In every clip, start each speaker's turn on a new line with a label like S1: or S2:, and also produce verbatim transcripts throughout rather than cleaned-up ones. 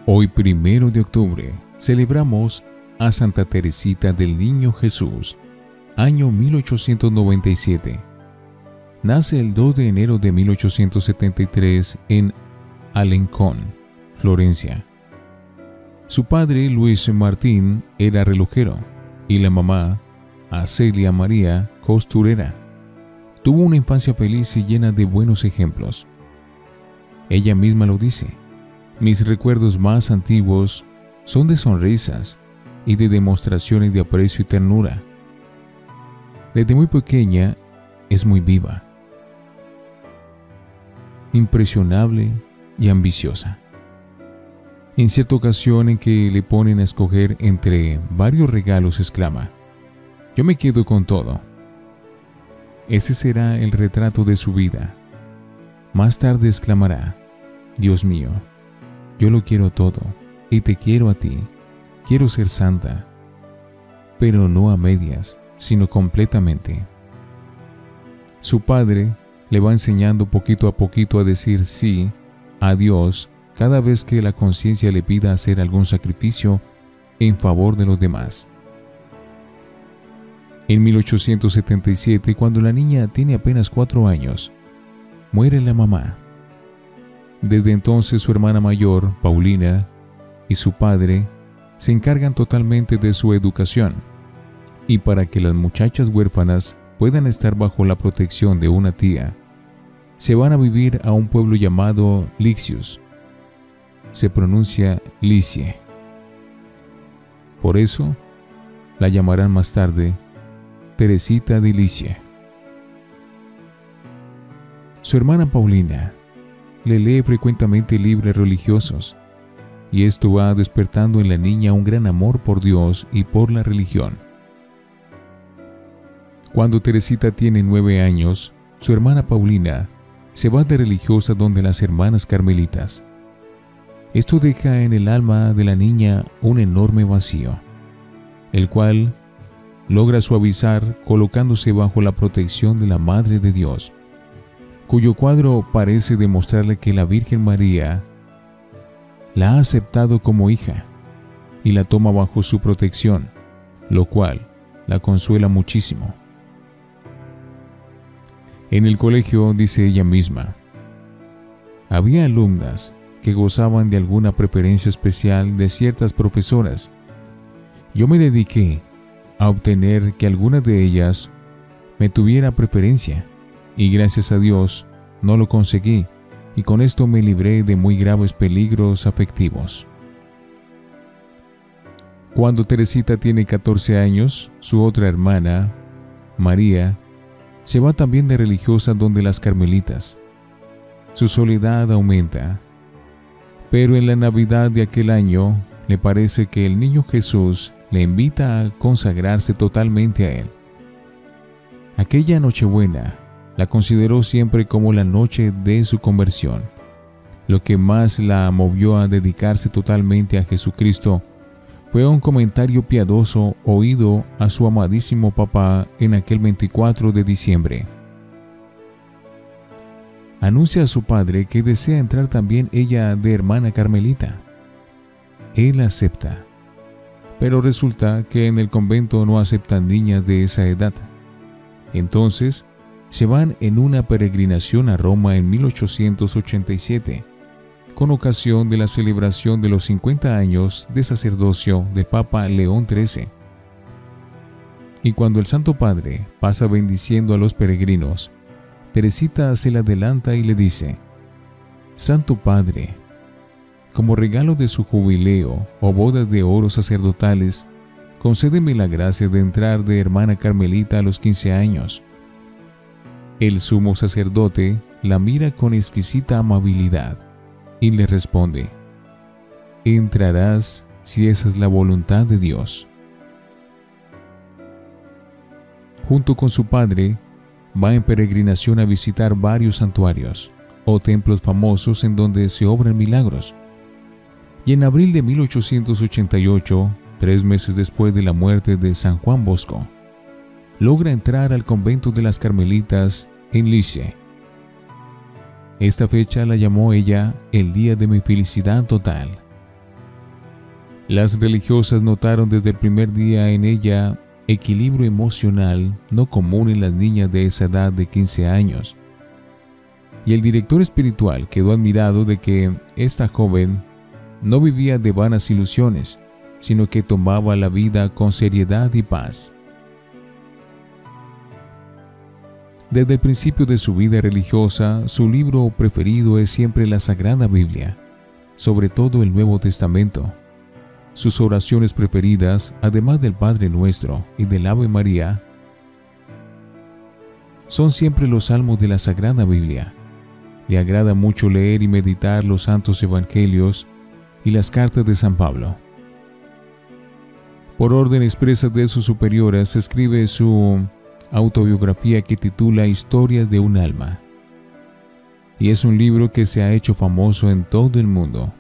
S1: Hoy, primero de octubre, celebramos a Santa Teresita del Niño Jesús, año mil ochocientos noventa y siete. Nace el dos de enero de mil ochocientos setenta y tres en Alencón, Florencia. Su padre, Luis Martín, era relojero y la mamá, Acelia María, costurera. Tuvo una infancia feliz y llena de buenos ejemplos. Ella misma lo dice: mis recuerdos más antiguos son de sonrisas y de demostraciones de aprecio y ternura. Desde muy pequeña es muy viva, impresionable y ambiciosa. En cierta ocasión en que le ponen a escoger entre varios regalos, exclama: yo me quedo con todo. Ese será el retrato de su vida. Más tarde exclamará: Dios mío, yo lo quiero todo y te quiero a ti. Quiero ser santa, pero no a medias, sino completamente. Su padre le va enseñando poquito a poquito a decir sí a Dios cada vez que la conciencia le pida hacer algún sacrificio en favor de los demás. En mil ochocientos setenta y siete, cuando la niña tiene apenas cuatro años, muere la mamá. Desde entonces su hermana mayor, Paulina, y su padre se encargan totalmente de su educación, y para que las muchachas huérfanas puedan estar bajo la protección de una tía, se van a vivir a un pueblo llamado Lixius. Se pronuncia Licie. Por eso la llamarán más tarde Teresita de Licie. Su hermana Paulina le lee frecuentemente libros religiosos, y esto va despertando en la niña un gran amor por Dios y por la religión. Cuando Teresita tiene nueve años, su hermana Paulina se va de religiosa donde las hermanas carmelitas. Esto deja en el alma de la niña un enorme vacío, el cual logra suavizar colocándose bajo la protección de la Madre de Dios, cuyo cuadro parece demostrarle que la Virgen María la ha aceptado como hija y la toma bajo su protección, lo cual la consuela muchísimo. En el colegio, dice ella misma, había alumnas que gozaban de alguna preferencia especial de ciertas profesoras. Yo me dediqué a obtener que alguna de ellas me tuviera preferencia, y gracias a Dios no lo conseguí, y con esto me libré de muy graves peligros afectivos. Cuando Teresita tiene catorce años, su otra hermana, María, se va también de religiosa donde las carmelitas. Su soledad aumenta, pero en la Navidad de aquel año le parece que el niño Jesús le invita a consagrarse totalmente a él. Aquella Nochebuena la consideró siempre como la noche de su conversión. Lo que más la movió a dedicarse totalmente a Jesucristo fue un comentario piadoso oído a su amadísimo papá en aquel veinticuatro de diciembre. Anuncia a su padre que desea entrar también ella de hermana carmelita. Él acepta, pero resulta que en el convento no aceptan niñas de esa edad. Entonces se van en una peregrinación a Roma en mil ochocientos ochenta y siete, con ocasión de la celebración de los cincuenta años de sacerdocio de Papa León trece. Y cuando el Santo Padre pasa bendiciendo a los peregrinos, Teresita se le adelanta y le dice: Santo Padre, como regalo de su jubileo o bodas de oro sacerdotales, concédeme la gracia de entrar de hermana carmelita a los quince años. El sumo sacerdote la mira con exquisita amabilidad y le responde: entrarás si esa es la voluntad de Dios. Junto con su padre, va en peregrinación a visitar varios santuarios o templos famosos en donde se obran milagros. Y en abril de mil ochocientos ochenta y ocho, tres meses después de la muerte de San Juan Bosco, logra entrar al convento de las Carmelitas en Licie. Esta fecha la llamó ella el día de mi felicidad total, Las religiosas notaron desde el primer día en ella equilibrio emocional no común en las niñas de esa edad de quince años. Y el director espiritual quedó admirado de que esta joven no vivía de vanas ilusiones, sino que tomaba la vida con seriedad y paz. Desde el principio de su vida religiosa, su libro preferido es siempre la Sagrada Biblia, sobre todo el Nuevo Testamento. Sus oraciones preferidas, además del Padre Nuestro y del Ave María, son siempre los salmos de la Sagrada Biblia. Le agrada mucho leer y meditar los santos evangelios y las cartas de San Pablo. Por orden expresa de sus superiores, escribe su autobiografía que titula Historias de un alma. Y es un libro que se ha hecho famoso en todo el mundo.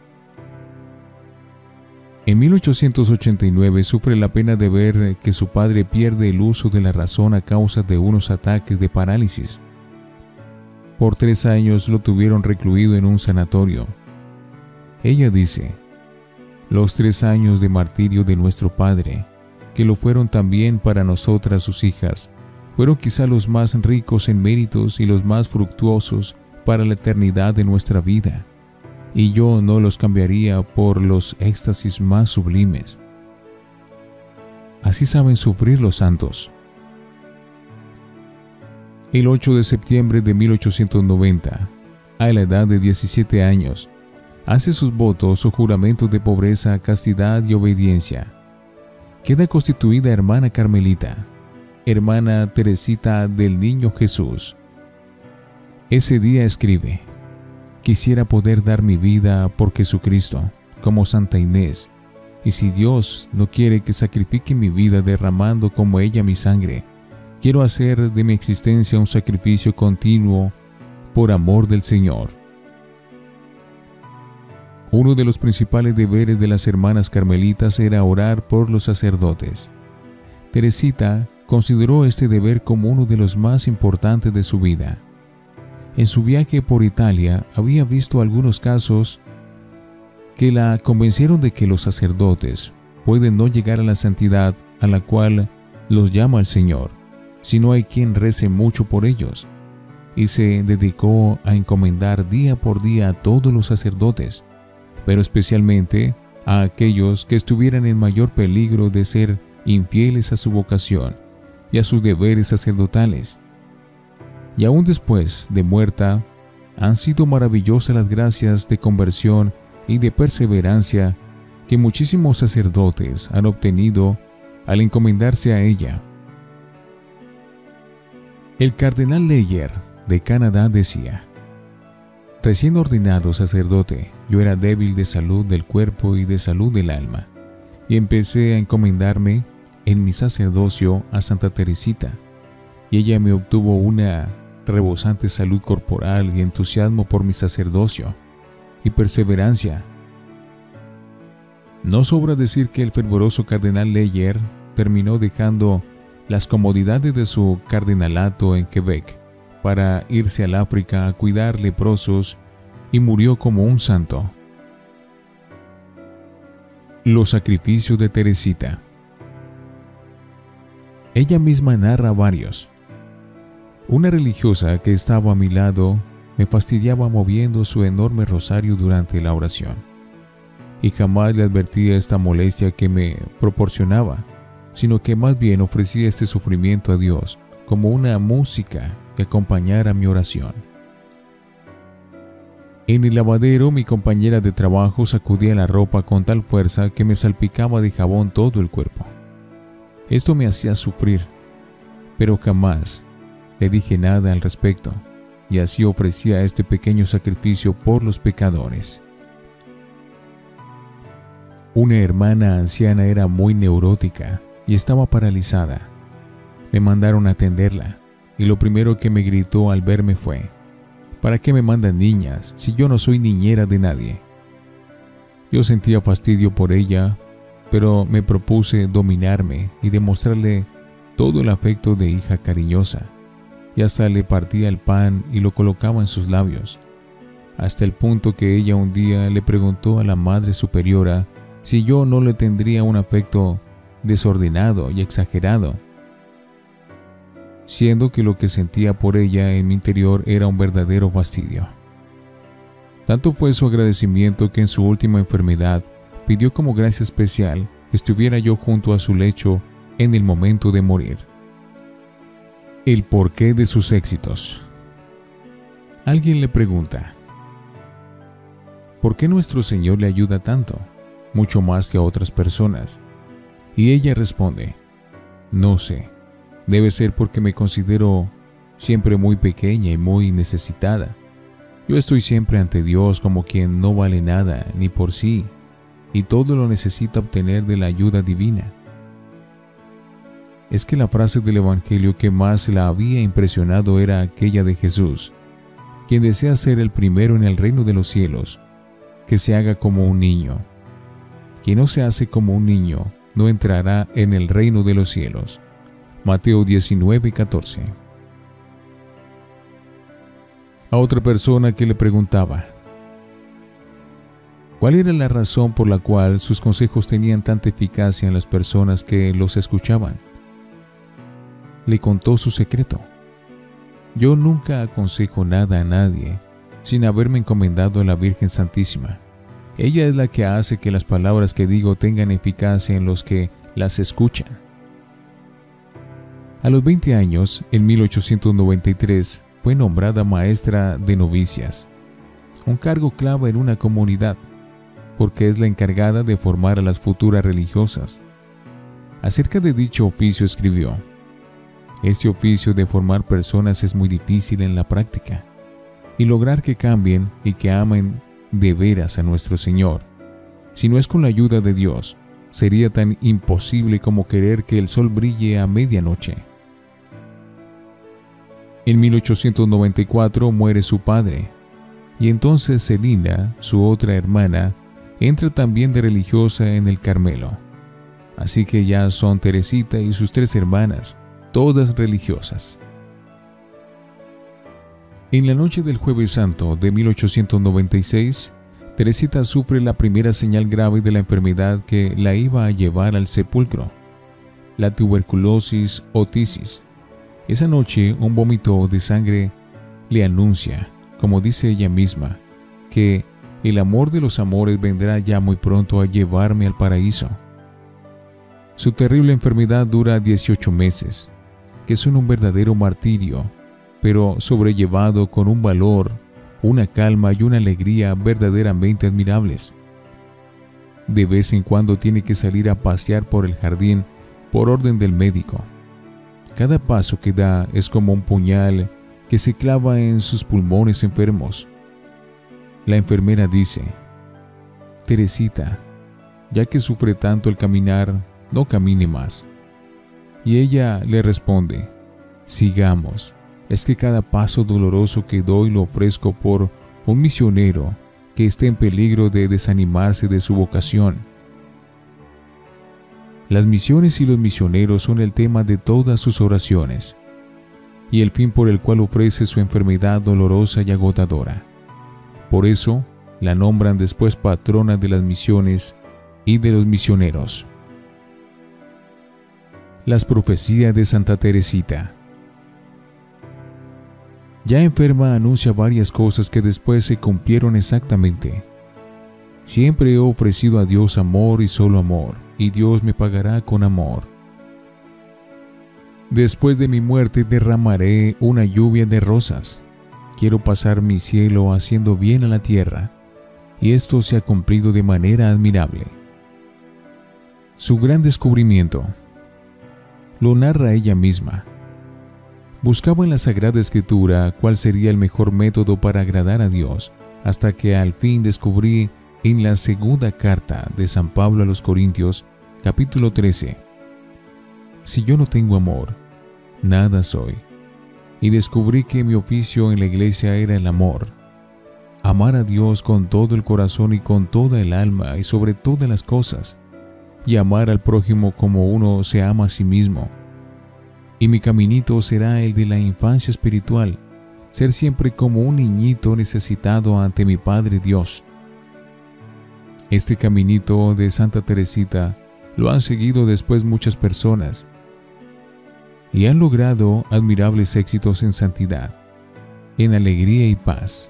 S1: En mil ochocientos ochenta y nueve sufre la pena de ver que su padre pierde el uso de la razón a causa de unos ataques de parálisis. Por tres años lo tuvieron recluido en un sanatorio. Ella dice: los tres años de martirio de nuestro padre, que lo fueron también para nosotras sus hijas, fueron quizá los más ricos en méritos y los más fructuosos para la eternidad de nuestra vida, y yo no los cambiaría por los éxtasis más sublimes. Así saben sufrir los santos. El ocho de septiembre de mil ochocientos noventa, a la edad de diecisiete años, hace sus votos o juramentos de pobreza, castidad y obediencia. Queda constituida hermana carmelita, hermana Teresita del Niño Jesús. Ese día escribe: quisiera poder dar mi vida por Jesucristo, como Santa Inés, y si Dios no quiere que sacrifique mi vida derramando como ella mi sangre, quiero hacer de mi existencia un sacrificio continuo por amor del Señor. Uno de los principales deberes de las hermanas carmelitas era orar por los sacerdotes. Teresita consideró este deber como uno de los más importantes de su vida. En su viaje por Italia había visto algunos casos que la convencieron de que los sacerdotes pueden no llegar a la santidad a la cual los llama el Señor, si no hay quien rece mucho por ellos, y se dedicó a encomendar día por día a todos los sacerdotes, pero especialmente a aquellos que estuvieran en mayor peligro de ser infieles a su vocación y a sus deberes sacerdotales. Y aún después de muerta, han sido maravillosas las gracias de conversión y de perseverancia que muchísimos sacerdotes han obtenido al encomendarse a ella. El cardenal Leyer de Canadá decía: recién ordenado sacerdote, yo era débil de salud del cuerpo y de salud del alma, y empecé a encomendarme en mi sacerdocio a Santa Teresita, y ella me obtuvo una rebosante salud corporal y entusiasmo por mi sacerdocio y perseverancia. No sobra decir que el fervoroso cardenal Leyer terminó dejando las comodidades de su cardenalato en Quebec para irse al África a cuidar leprosos y murió como un santo. Los sacrificios de Teresita. Ella misma narra varios. Una religiosa que estaba a mi lado me fastidiaba moviendo su enorme rosario durante la oración, y jamás le advertía esta molestia que me proporcionaba, sino que más bien ofrecía este sufrimiento a Dios como una música que acompañara mi oración. En el lavadero, mi compañera de trabajo sacudía la ropa con tal fuerza que me salpicaba de jabón todo el cuerpo. Esto me hacía sufrir, pero jamás le dije nada al respecto, y así ofrecía este pequeño sacrificio por los pecadores. Una hermana anciana era muy neurótica y estaba paralizada. Me mandaron a atenderla, y lo primero que me gritó al verme fue: ¿para qué me mandan niñas si yo no soy niñera de nadie? Yo sentía fastidio por ella, pero me propuse dominarme y demostrarle todo el afecto de hija cariñosa, y hasta le partía el pan y lo colocaba en sus labios, hasta el punto que ella un día le preguntó a la Madre Superiora si yo no le tendría un afecto desordenado y exagerado, siendo que lo que sentía por ella en mi interior era un verdadero fastidio. Tanto fue su agradecimiento que en su última enfermedad pidió como gracia especial que estuviera yo junto a su lecho en el momento de morir. El porqué de sus éxitos. Alguien le pregunta: ¿por qué nuestro Señor le ayuda tanto, mucho más que a otras personas? Y ella responde: no sé, debe ser porque me considero siempre muy pequeña y muy necesitada. Yo estoy siempre ante Dios como quien no vale nada ni por sí, y todo lo necesita obtener de la ayuda divina. Es que la frase del Evangelio que más la había impresionado era aquella de Jesús, quien desea ser el primero en el reino de los cielos, que se haga como un niño. Quien no se hace como un niño, no entrará en el reino de los cielos. Mateo diecinueve, catorce. A otra persona que le preguntaba cuál era la razón por la cual sus consejos tenían tanta eficacia en las personas que los escuchaban, le contó su secreto: yo nunca aconsejo nada a nadie sin haberme encomendado a la Virgen Santísima. Ella es la que hace que las palabras que digo tengan eficacia en los que las escuchan. A los veinte años, en mil ochocientos noventa y tres, fue nombrada maestra de novicias, un cargo clave en una comunidad, porque es la encargada de formar a las futuras religiosas. Acerca de dicho oficio escribió: este oficio de formar personas es muy difícil en la práctica, y lograr que cambien y que amen de veras a nuestro Señor, si no es con la ayuda de Dios, sería tan imposible como querer que el sol brille a medianoche. En mil ochocientos noventa y cuatro muere su padre, y entonces Celina, su otra hermana, entra también de religiosa en el Carmelo. Así que ya son Teresita y sus tres hermanas, todas religiosas. En la noche del Jueves Santo de mil ochocientos noventa y seis, Teresita sufre la primera señal grave de la enfermedad que la iba a llevar al sepulcro, la tuberculosis o tisis. Esa noche, un vómito de sangre le anuncia, como dice ella misma, que el amor de los amores vendrá ya muy pronto a llevarme al paraíso. Su terrible enfermedad dura dieciocho meses, que son un verdadero martirio, pero sobrellevado con un valor, una calma y una alegría verdaderamente admirables. De vez en cuando tiene que salir a pasear por el jardín por orden del médico. Cada paso que da es como un puñal que se clava en sus pulmones enfermos. La enfermera dice: Teresita, ya que sufre tanto al caminar, no camine más. Y ella le responde: sigamos, es que cada paso doloroso que doy lo ofrezco por un misionero que esté en peligro de desanimarse de su vocación. Las misiones y los misioneros son el tema de todas sus oraciones, y el fin por el cual ofrece su enfermedad dolorosa y agotadora. Por eso, la nombran después patrona de las misiones y de los misioneros. Las profecías de Santa Teresita. Ya enferma anuncia varias cosas que después se cumplieron exactamente. Siempre he ofrecido a Dios amor y solo amor, y Dios me pagará con amor. Después de mi muerte derramaré una lluvia de rosas. Quiero pasar mi cielo haciendo bien a la tierra, y esto se ha cumplido de manera admirable. Su gran descubrimiento lo narra ella misma. Buscaba en la Sagrada Escritura cuál sería el mejor método para agradar a Dios, hasta que al fin descubrí en la segunda carta de San Pablo a los Corintios, capítulo trece: si yo no tengo amor, nada soy. Y descubrí que mi oficio en la iglesia era el amor. Amar a Dios con todo el corazón y con toda el alma y sobre todas las cosas, y amar al prójimo como uno se ama a sí mismo. Y mi caminito será el de la infancia espiritual, ser siempre como un niñito necesitado ante mi Padre Dios. Este caminito de Santa Teresita lo han seguido después muchas personas y han logrado admirables éxitos en santidad, en alegría y paz.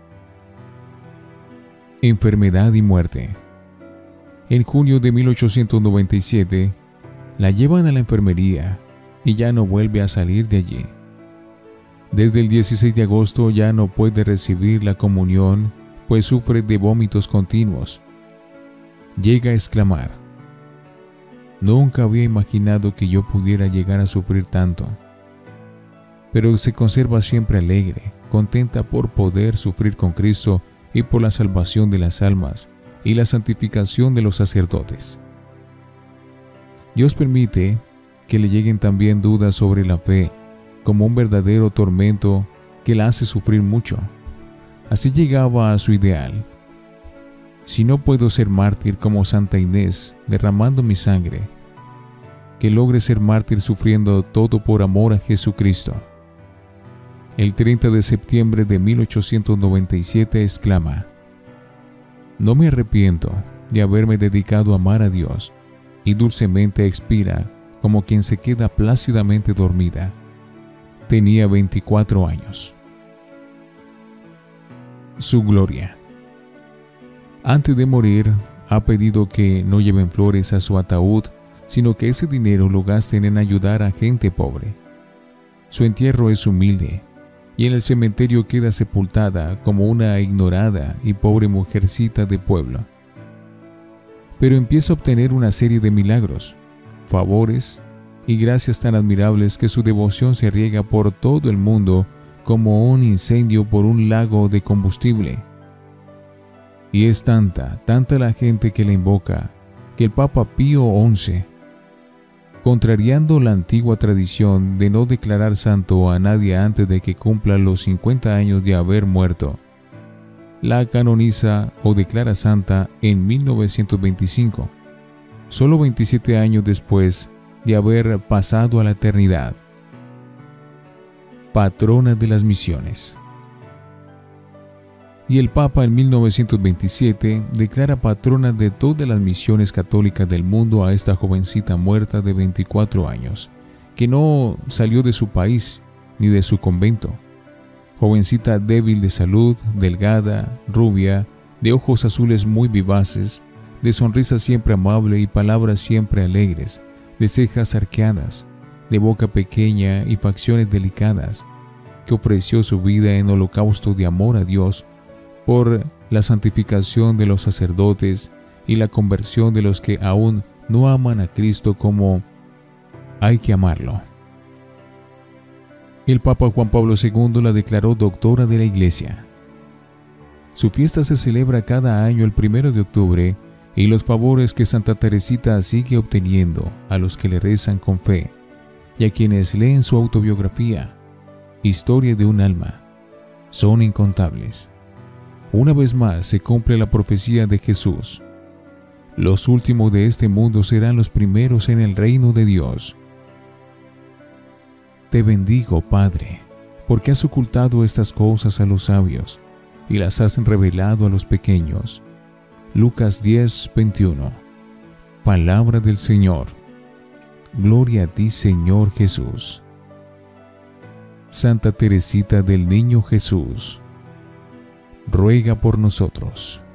S1: Enfermedad y muerte. En junio de mil ochocientos noventa y siete, la llevan a la enfermería y ya no vuelve a salir de allí. Desde el dieciséis de agosto ya no puede recibir la comunión, pues sufre de vómitos continuos. Llega a exclamar: "Nunca había imaginado que yo pudiera llegar a sufrir tanto". Pero se conserva siempre alegre, contenta por poder sufrir con Cristo y por la salvación de las almas y la santificación de los sacerdotes. Dios permite que le lleguen también dudas sobre la fe, como un verdadero tormento que la hace sufrir mucho. Así llegaba a su ideal: si no puedo ser mártir como Santa Inés, derramando mi sangre, que logre ser mártir sufriendo todo por amor a Jesucristo. El treinta de septiembre de mil ochocientos noventa y siete exclama: "No me arrepiento de haberme dedicado a amar a Dios", y dulcemente expira como quien se queda plácidamente dormida. Tenía veinticuatro años. Su gloria. Antes de morir, ha pedido que no lleven flores a su ataúd, sino que ese dinero lo gasten en ayudar a gente pobre. Su entierro es humilde, y en el cementerio queda sepultada como una ignorada y pobre mujercita de pueblo. Pero empieza a obtener una serie de milagros, favores y gracias tan admirables que su devoción se riega por todo el mundo como un incendio por un lago de combustible. Y es tanta, tanta la gente que la invoca, que el Papa Pío once, contrariando la antigua tradición de no declarar santo a nadie antes de que cumpla los cincuenta años de haber muerto, la canoniza o declara santa en mil novecientos veinticinco, solo veintisiete años después de haber pasado a la eternidad. Patrona de las misiones. Y el Papa en mil novecientos veintisiete declara patrona de todas las misiones católicas del mundo a esta jovencita muerta de veinticuatro años, que no salió de su país ni de su convento. Jovencita débil de salud, delgada, rubia, de ojos azules muy vivaces, de sonrisa siempre amable y palabras siempre alegres, de cejas arqueadas, de boca pequeña y facciones delicadas, que ofreció su vida en holocausto de amor a Dios por la santificación de los sacerdotes y la conversión de los que aún no aman a Cristo como hay que amarlo. El Papa Juan Pablo segundo la declaró doctora de la Iglesia. Su fiesta se celebra cada año el primero de octubre y los favores que Santa Teresita sigue obteniendo a los que le rezan con fe y a quienes leen su autobiografía, Historia de un alma, son incontables. Una vez más se cumple la profecía de Jesús: los últimos de este mundo serán los primeros en el reino de Dios. Te bendigo, Padre, porque has ocultado estas cosas a los sabios y las has revelado a los pequeños. Lucas diez, veintiuno. Palabra del Señor. Gloria a ti, Señor Jesús. Santa Teresita del Niño Jesús, ruega por nosotros.